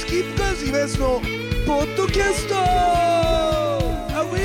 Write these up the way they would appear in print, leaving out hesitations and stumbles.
キープカーズイベントのポッドキャストアウィ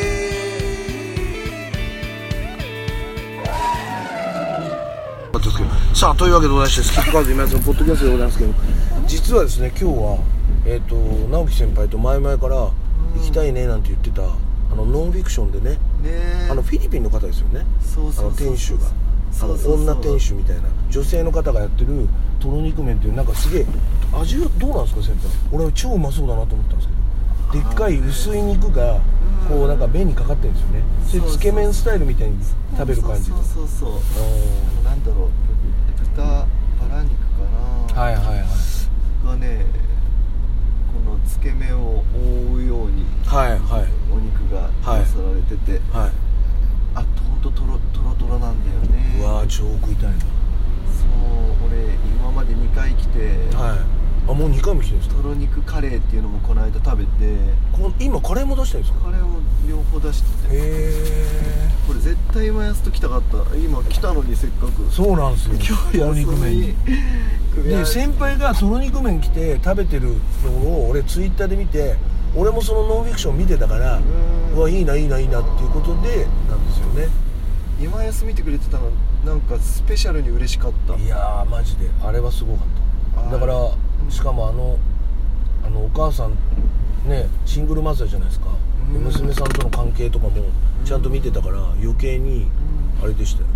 ーさあ、というわけでございまして、スキップカーズイベントのポッドキャストでございますけど、実はですね、今日は直樹先輩と前々から行きたいねなんて言ってたノンフィクションでね、フィリピンの方ですよね。店主が女店主みたいな女性の方がやってるとろ肉麺っていう、なんかすげえ味はどうなんですか先輩。俺超うまそうだなと思ったんですけど、でっかい薄い肉がこうなんか麺にかかってるんですよね。それつけ麺スタイルみたいに食べる感じ。 なんだろう、豚バラ肉かな。 はいはいはい。 がね、このつけ麺を覆うように、 はいはい、 お肉がよそられてて、はい、あとほんとトロトロなんだよね。 うわー、超食いたいな。 そう、俺今まで2回来て、 はい、あ、もう2回も来てるんですか。 とろ肉カレーっていうのもこの間食べて、 今カレーも出してるんですか。 カレーも両方出してて、これ絶対今安と来たかった。今来たのにせっかく。 そうなんですよ。今日安麺で先輩がとろ肉麺来て食べてるのを俺ツイッターで見て、俺もそのノンフィクション見てたから、うわ、いいないいないいなっていうことでなんですよね。 今安見てくれてたのなんかスペシャルに嬉しかった。 いやーマジであれはすごかった。だからしかもお母さんね、シングルマザーじゃないですか。で娘さんとの関係とかもちゃんと見てたから余計にあれでしたよ。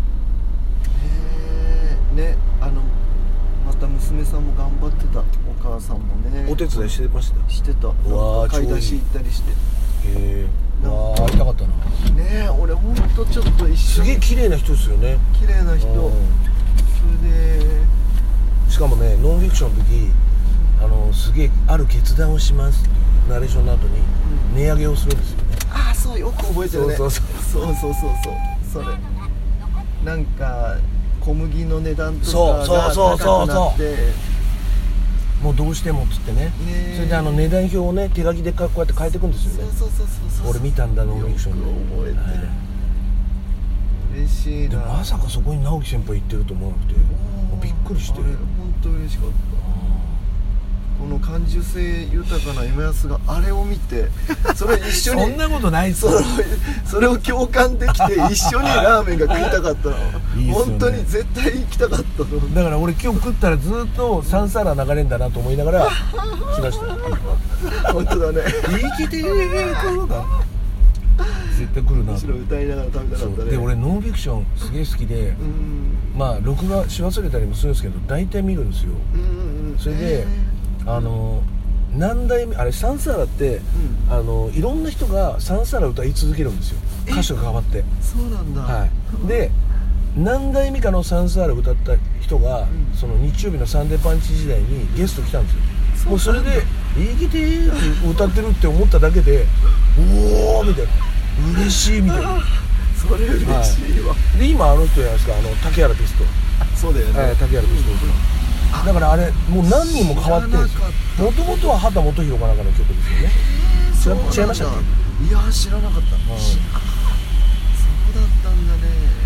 ね、また娘さんも頑張ってた。お母さんもね、 お手伝いしてました。 してた。買い出し行ったりして。 わー、会いたかったな。 ねえ、俺ほんとちょっと一緒に。 すげえ綺麗な人ですよね。 綺麗な人。それでしかもね、ノンフィクションの時すげえある決断をしますっていうナレーションの後に値上げをするんですよね。 ああ、そう、よく覚えてるね。そうそれなんか小麦の値段とかが高くなって、 もうどうしてもっつってね。それで値段表をね、手書きでこうやって変えていくんですよね。 そう俺見たんだ、ノンフィクションで。 覚えてる。嬉しいな。 でもまさかそこに直樹先輩行ってると思わなくて、びっくりして。 本当嬉しかった。この感受性豊かな今安があれを見て、それ一緒にそんなことないっすよ。 それを共感できて一緒にラーメンが食いたかったの。 いいっすよね。 本当に絶対行きたかったの。 だから俺今日食ったらずっとサンサラ流れんだなと思いながら来ましたよ。 本当だね。 生きてーだ絶対来るな。 むしろ歌いながら食べたかったね。 で俺ノンフィクションすげえ好きで、まあ録画し忘れたりもするんですけど大体見るんですよ。それで何代目あれサンサラって、いろんな人がサンサラ歌い続けるんですよ。歌手が変わって。 そうなんだ。 はい。で何代目かのサンサラ歌った人が、その日曜日のサンデーパンチ時代にゲスト来たんですよ。もうそれで「生きてー」って歌ってるって思っただけで「おー」みたいな、嬉しいみたいな。 それ嬉しいわ。 で今人じゃないですか、竹原ピスト。 そうだよね。 竹原ピスト。だからあれもう何人も変わってるんですよ。もともとは畑基博かなんかの曲ですよね。違いましたっけ。いや知らなかった。そうだったんだね。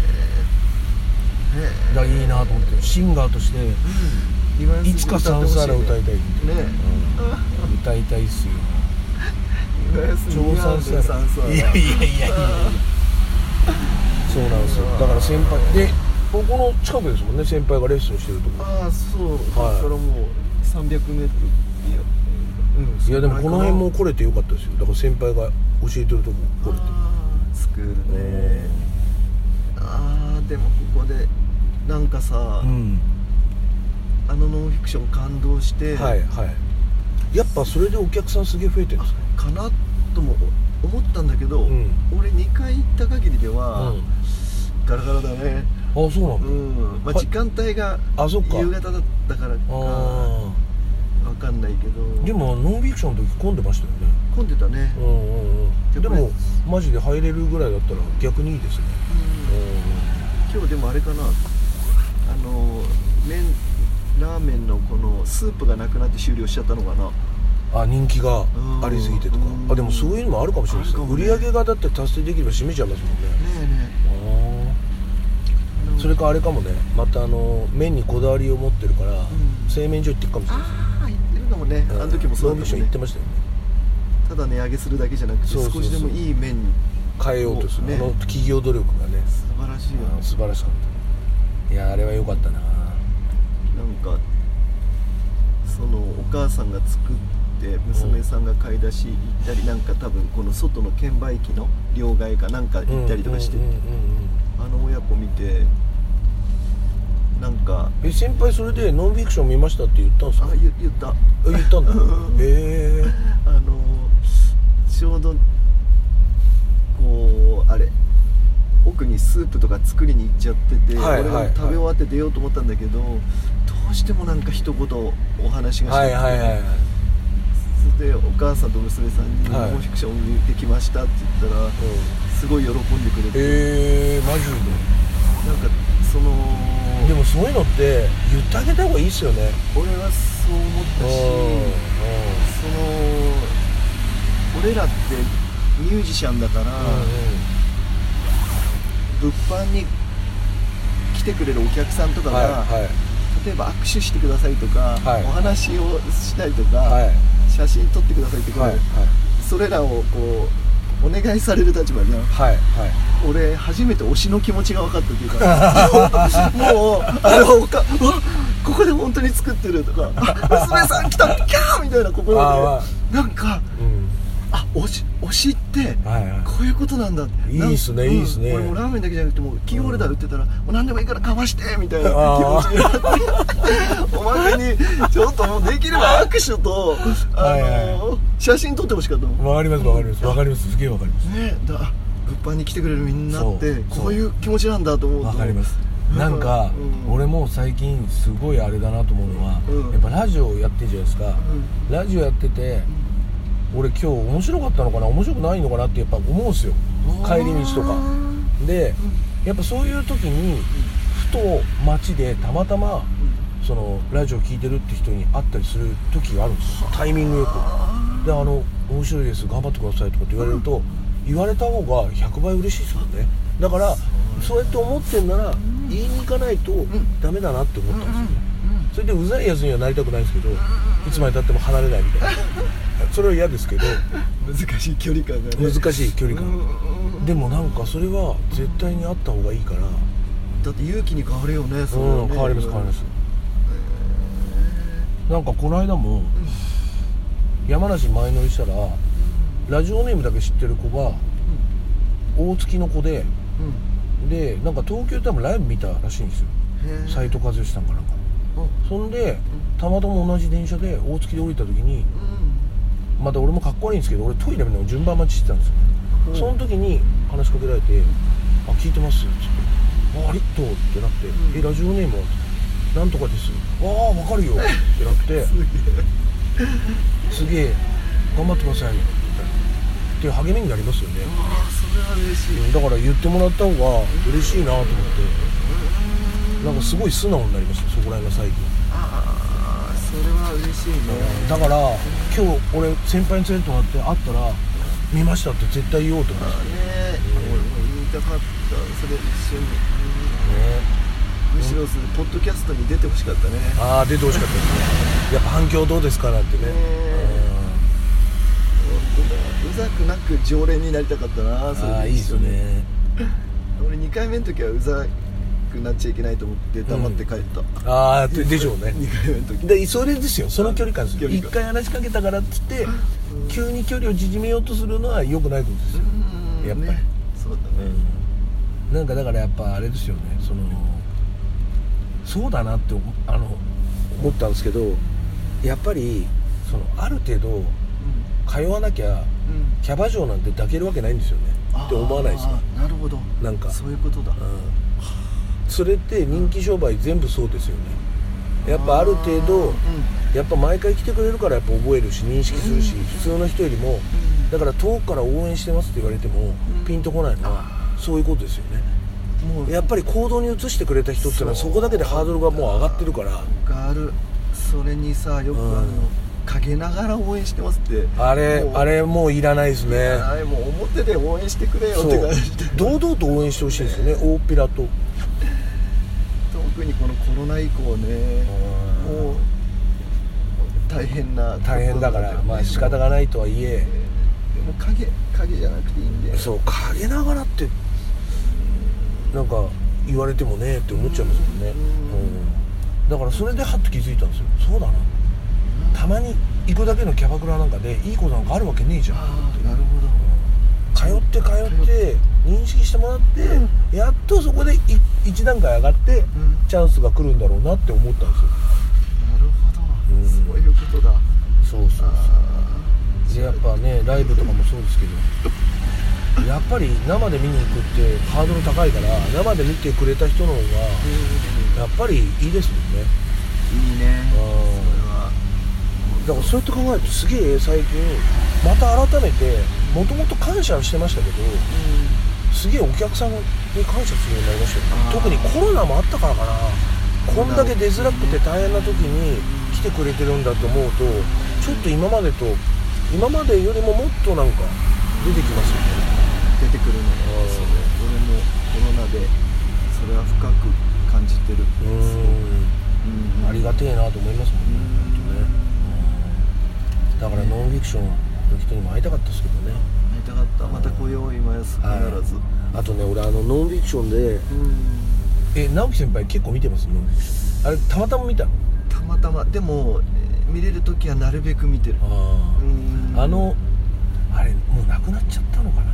だからいいなと思って、シンガーとしていつかサンサラ歌いたいってね。歌いたいっすよ。超サンサラ。いやそうなんですよ。だから先輩でここの近くですもんね、先輩がレッスンしてるとこ。 ああ、そう。だからもう300メートル。 いやでもこの辺も来れてよかったですよ。だから先輩が教えてるとこ来れて。 スクールね。ああ、でもここでなんかさ、ノンフィクション感動して、やっぱそれでお客さんすげえ増えてるんですかなとも思ったんだけど、俺2回行った限りではガラガラだね。 あ、そうなんだ。 まあ時間帯が夕方だったからか分かんないけど。 でもノンフィクションの時混んでましたよね。 混んでたね。 でもマジで入れるぐらいだったら逆にいいですね。 今日でもあれかな、ラーメンのこのスープがなくなって終了しちゃったのかな。 人気がありすぎてとか。でもそういうのもあるかもしれないですね。売り上げがだって達成できれば閉めちゃいますもんね。それかあれかもね、また麺にこだわりを持ってるから、製麺所行ってるかもしれないです。 行ってるかもそうね、あの時もそうだったもんね。 言ってましたよね。 ただ値上げするだけじゃなくて、少しでもいい面に変えようとする、ね、企業努力がね素晴らしいよね。 素晴らしかった。いやあれは良かったな。 なんかそのお母さんが作って娘さんが買い出し行ったり、なんか多分この外の券売機の両替かなんか行ったりとかして、あの親子見てなんか先輩それでノンフィクション見ましたって言ったんですか？ 言ったんだへえちょうどこうあれ奥にスープとか作りに行っちゃってて、俺が食べ終わって出ようと思ったんだけど、どうしてもなんか一言お話がしたくて、それでお母さんと娘さんにノンフィクション見てきましたって言ったら、すごい喜んでくれて、 マジでなんかそのでもそういうのって言ってあげた方がいいっすよね。 俺はそう思ったし、その俺らってミュージシャンだから、物販に来てくれるお客さんとかが、例えば握手してくださいとか、お話をしたりとか、写真撮ってくださいとか、それらをこうお願いされる立場じゃん。俺初めて推しの気持ちが分かったっていうかもうここで本当に作ってるとか娘さん来たキャーみたいな心でなんか、推しってこういうことなんだって。 いいっすね、いいっすね。 俺もラーメンだけじゃなくてもうキーホルダー売ってたらもう何でもいいから買わしてみたいな気持ちになっておまけにちょっともうできれば握手と写真撮ってほしかったもん。 わかりますすげえわかりますね。物販に来てくれるみんなってこういう気持ちなんだと思うとわかります。なんか俺も最近すごいあれだなと思うのは、やっぱラジオやってるじゃないですか。ラジオやってて俺今日面白かったのかな面白くないのかなってやっぱ思うんですよ、帰り道とかで。やっぱそういう時にふと街でたまたまそのラジオ聞いてるって人に会ったりする時があるんですよ、タイミングよく。で面白いです頑張ってくださいとかって言われると、言われた方が100倍嬉しいですもんね。だからそうやって思ってんなら言いに行かないとダメだなって思ったんですよね。それでうざいやつにはなりたくないんですけど、いつまでたっても離れないみたいなそれは嫌ですけど、 難しい距離感がね。 難しい距離感でもなんかそれは絶対にあった方がいいから。 だって勇気に変わるよね。それはね、 変わりますなんかこの間も山梨前乗りしたらラジオネームだけ知ってる子が大月の子で、でなんか東京で多分ライブ見たらしいんですよ、斉藤和義さんかなんか。そんでたまたま同じ電車で大月で降りた時に、また俺もかっこ悪いんですけど俺トイレの順番待ちしてたんですよ。その時に話しかけられて「あ聞いてます」っつって「ありっと」ってなって「ラジオネームは?」なんとかです」「ああ分かるよ」ってなってすげえ頑張ってくださいっていう励みになりますよね。 それは嬉しい。 だから言ってもらった方が嬉しいなと思って、なんかすごい素直になりました、そこら辺が最近。 それは嬉しいね。 だから今日俺先輩に連れてもらって会ったら見ましたって絶対言おうと思ってね。俺も言いたかった、それ一緒にむしろポッドキャストに出てほしかったね。 出てほしかったですね。やっぱ反響どうですかなんてね。 うざくなく常連になりたかったな。それいいですよね。 俺2回目の時はうざくなっちゃいけないと思って黙って帰った。 でしょうね。2回目の時でそれですよ、その距離感ですよ。1回話しかけたからっつって急に距離を縮めようとするのは良くないことですよ、やっぱり。 そうだね。 なんかだからやっぱあれですよね、そうだなって思ったんですけど、やっぱりある程度通わなきゃキャバ嬢なんて抱けるわけないんですよねって思わないですか？ なるほど。 なんかそういうことだ。 それって人気商売全部そうですよね。やっぱある程度やっぱ毎回来てくれるからやっぱ覚えるし認識するし、普通の人よりもだから遠くから応援してますって言われてもピンとこないのはそういうことですよね。もうやっぱり行動に移してくれた人っていうのはそこだけでハードルがもう上がってるから。 それにさ、よく陰ながら応援してますってあれもういらないですね。 もう表で応援してくれよって感じで堂々と応援してほしいんですよね、大っぴらと。 特にこのコロナ以降ね、もう大変だから、まあ仕方がないとはいえ、 でも影じゃなくていいんで、 そう影ながらってなんか言われてもねって思っちゃいますもんね。だからそれでハッと気づいたんですよ。そうだな、たまに行くだけのキャバクラなんかでいいことなんかあるわけねえじゃん。 なるほど。 通って認識してもらって、やっとそこで一段階上がって、チャンスが来るんだろうなって思ったんですよ。 なるほど、そういうことだ。 そうでやっぱねライブとかもそうですけど、やっぱり生で見に行くってハードル高いから、生で見てくれた人の方がやっぱりいいですもんね。 いいね。それはだからそうやって考えるとすげえ最近また改めて、もともと感謝はしてましたけど、すげえお客さんに感謝するようになりましたよ。特にコロナもあったからかな。こんだけ出づらくて大変な時に来てくれてるんだと思うと、ちょっと今までよりももっとなんか出てきますよね。 出てくるのよ。俺もコロナでそれは深く感じてる。 ありがてえなと思いますもんね。だからノンフィクションの人にも会いたかったですけどね。 会いたかった。また来よう今やす必ず。 あとね、俺ノンフィクションで直樹先輩結構見てます？ノンフィクションあれたまたま見たの？ たまたま。でも見れるときはなるべく見てる。あれもうなくなっちゃったのかな。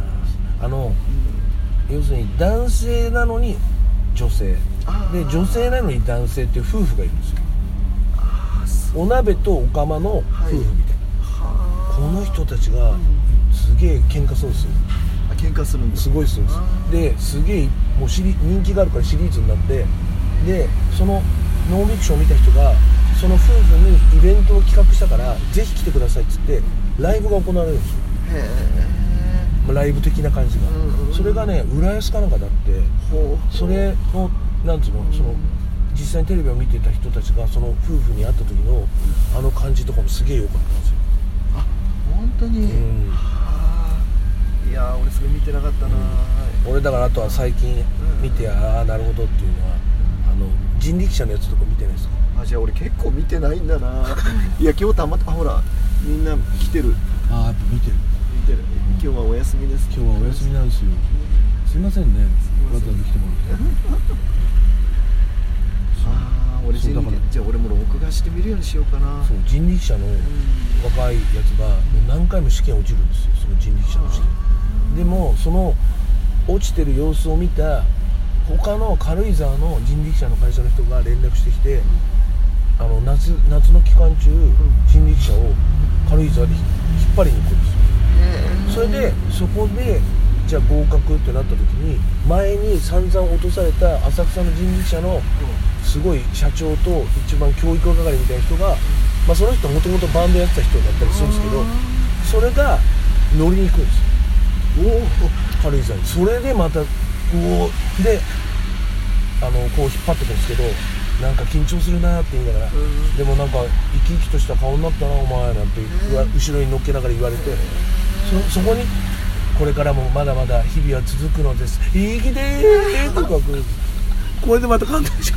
要するに男性なのに女性で、女性なのに男性っていう夫婦がいるんですよ。お鍋とお釜の夫婦みたいな、この人たちがすげえ喧嘩するんですよ。 喧嘩するんです。 すごいするんです。ですげえもう人気があるからシリーズになって、でそのノンフィクションを見た人がその夫婦にイベントを企画したからぜひ来てくださいっつってライブが行われるんですよ。ライブ的な感じが、それがね浦安かなんかであって、それのなんつうの、その実際にテレビを見てた人たちがその夫婦に会った時のあの感じとかもすげえ良かったんですよ。 本当に。いや俺それ見てなかったな。 俺だからあとは最近見て、なるほどっていうのは人力車のやつとか見てないですか？ じゃあ俺結構見てないんだな。いや今日たまたほらみんな来てる。 やっぱ見てる。 今日はお休みです。 今日はお休みなんですよ。すいませんね、わざわざ来てもらって。 俺じゃあ俺も録画して見るようにしようかな。 そう、人力車の若いやつが何回も試験落ちるんですよ、その人力車の試験。でもその落ちてる様子を見た他の軽井沢の人力車の会社の人が連絡してきて、夏の期間中、人力車を軽井沢で引っ張りに行くんですよ。それでそこでじゃあ合格ってなった時に、前に散々落とされた浅草の人力車のすごい社長と一番教育係みたいな人が、その人もともとバンドやってた人だったりするんですけど、それが乗りに行くんですよ、軽井沢に。それでまたでこう引っ張ってくるんですけど、なんか緊張するなって言いながら、でもなんか生き生きとした顔になったなお前なんて後ろに乗っけながら言われて、そこにこれからもまだまだ日々は続くのです生きてーとかこれでまた感動しちゃう。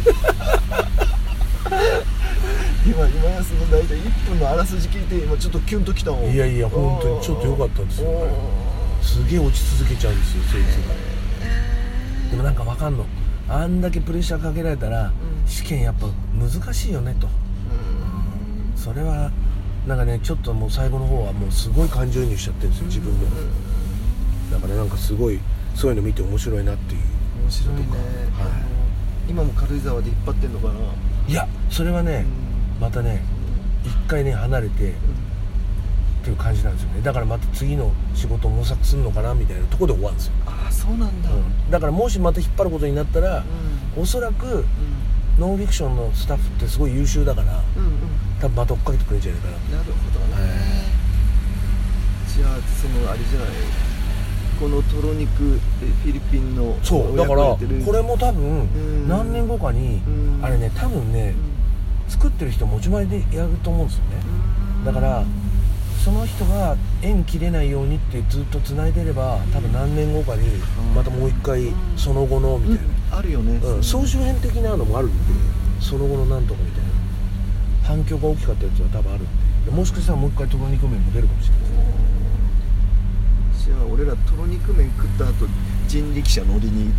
今やすの大体1分のあらすじ聞いて今ちょっとキュンときたもん。 いや本当にちょっと良かったんですよ。すげえ落ち続けちゃうんですよ、そいつが。でもなんかわかんの、あんだけプレッシャーかけられたら、試験やっぱ難しいよねと。それはなんかね、ちょっともう最後の方はもうすごい感情移入しちゃってるんですよ、自分でも。だからなんかすごいそういうの見て面白いなっていう。 面白いね。今も軽井沢で引っ張ってんのかな。 いやそれはね、またね一回ね離れてっていう感じなんですよね。だからまた次の仕事を模索するのかなみたいなところで終わるんですよ。 そうなんだ。 だからもしまた引っ張ることになったら、おそらくノンフィクションのスタッフってすごい優秀だから、多分また追っかけてくれるんじゃないかな。 なるほどね。じゃあそのあれじゃない、このトロニクフィリピンのそうだからこれも多分何年後かにあれね、多分ね作ってる人持ち前でやると思うんですよね。だからその人が縁切れないようにってずっと繋いでれば、多分何年後かにまたもう一回その後のみたいな、 あるよね。 総集編的なのもあるんで、その後のなんとかみたいな反響が大きかったやつは多分あるんで。 でもしかしたらもう一回とろ肉麺も出るかもしれない。 じゃあ俺らとろ肉麺食った後人力車乗りに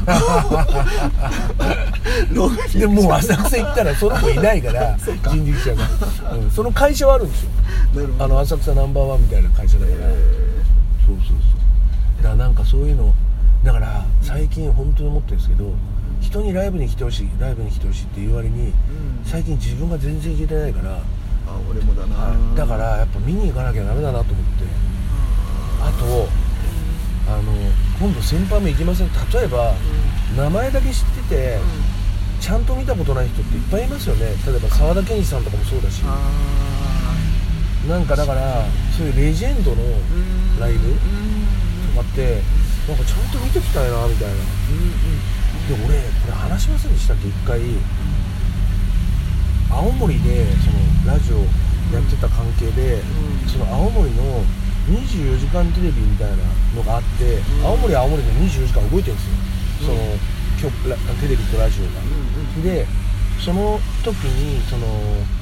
でももう浅草行ったらその子いないから人力車が、その会社はあるんですよ。浅草ナンバーワンみたいな会社だから、そうだからなんかそういうのだから最近本当に思ってるんですけど、人にライブに来てほしいって言う割に、最近自分が全然行けてないから、 俺もだな、 だからやっぱ見に行かなきゃダメだなと思って、あと今度先輩も行きません。例えば、名前だけ知ってて、ちゃんと見たことない人っていっぱいいますよね。例えば沢田研二さんとかもそうだし、なんかだからそういうレジェンドのライブとかってなんかちゃんと見てきたいなみたいな。で俺これ話しませんでしたっけ、一回青森でそのラジオやってた関係で、その青森の24時間テレビみたいなのがあって、青森は青森で24時間動いてるんですよ、そのテレビとラジオが、でその時にその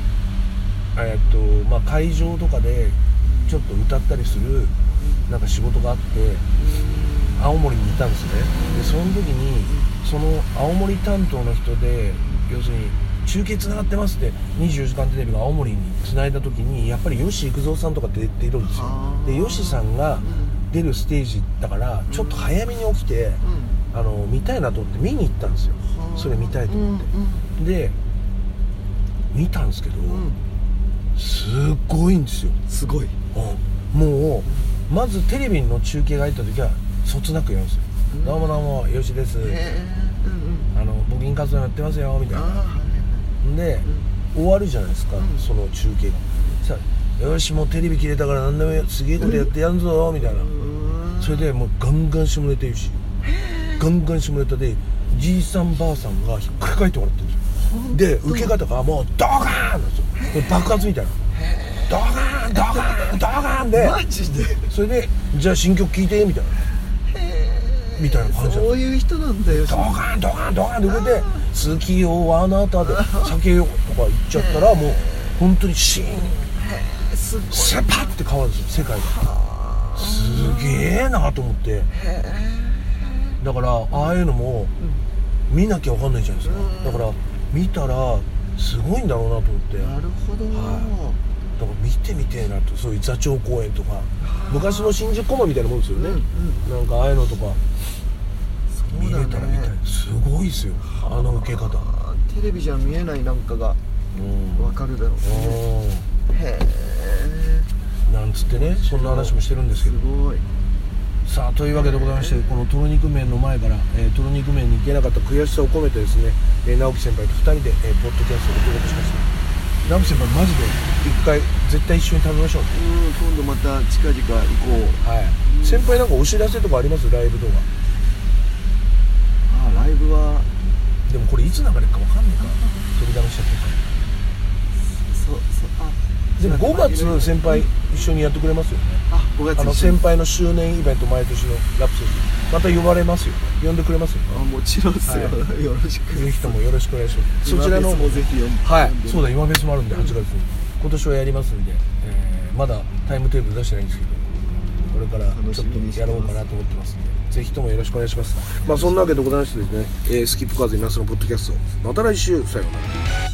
会場とかでちょっと歌ったりするなんか仕事があって、青森にいたんですね。でその時にその青森担当の人で、要するに中継つながってますって24時間テレビが青森につないだ時に、やっぱり吉幾三さんとか出ているんですよ。で吉さんが出るステージだからちょっと早めに起きて、見たいなと思って見に行ったんですよ。それ見たいと思って、で見たんですけど、すっごいんですよ。 すごい、 もうまずテレビの中継が入った時はそつなく言うんですよ、どうもどうも吉です、募金活動やってますよみたいな、で、終わるじゃないですか、その中継が。さあよしもうテレビ切れたから何でもすげえことやってやんぞみたいな、それでもうガンガン下ネタ言うし、ガンガン下ネタでじいさんばあさんがひっくり返って笑ってるんですよ。で受け方がもうドカーンなんですよ。爆発みたいな、ドカーンドカーンドカーンで、 マジでそれでじゃあ新曲聴いてみたいなみたいな感じ。 そういう人なんだよ。 ドカーンドカーンドカーンで売れて、好きよあなたで酒よとか言っちゃったら、もう本当にシーンセパッて変わるんですよ、世界が。すげえなと思って。だからああいうのも見なきゃ分かんないじゃないですか。だから見たらすごいんだろうなと思って。 なるほど、 だから見てみてえなと。そういう座長公演とか昔の新宿コマみたいなもんですよね、なんかああいうのとか見れたら見たい。すごいですよ、あの受け方。 テレビじゃ見えないなんかが分かるだろうね。へえなんつってね、そんな話もしてるんですけど。 すごい。 さあというわけでございまして、このとろ肉麺の前から、とろ肉麺に行けなかった悔しさを込めてですね、直樹先輩と2人で、ポッドキャストをお届けしました。直樹先輩マジで一回絶対一緒に食べましょう。 今度また近々行こう。 はい、先輩なんかお知らせとかあります？ライブ動画。 ライブはでもこれいつ流れるか分かんないから取りだめしちゃってるから。でも5月先輩一緒にやってくれますよね。 5月先輩の周年イベント、毎年のラプソディまた呼ばれますよ。呼んでくれますよね。 もちろんですよ、よろしく。 ぜひともよろしくお願いします。そちらのもぜひ呼んで。 はい、そうだ、今フェスもあるんで8月に今年はやりますんで、まだタイムテーブル出してないんですけど、これからちょっとやろうかなと思ってますんで、ぜひともよろしくお願いします。そんなわけでございましてですね、スキップカーズ今すのポッドキャスト、また来週、さようなら。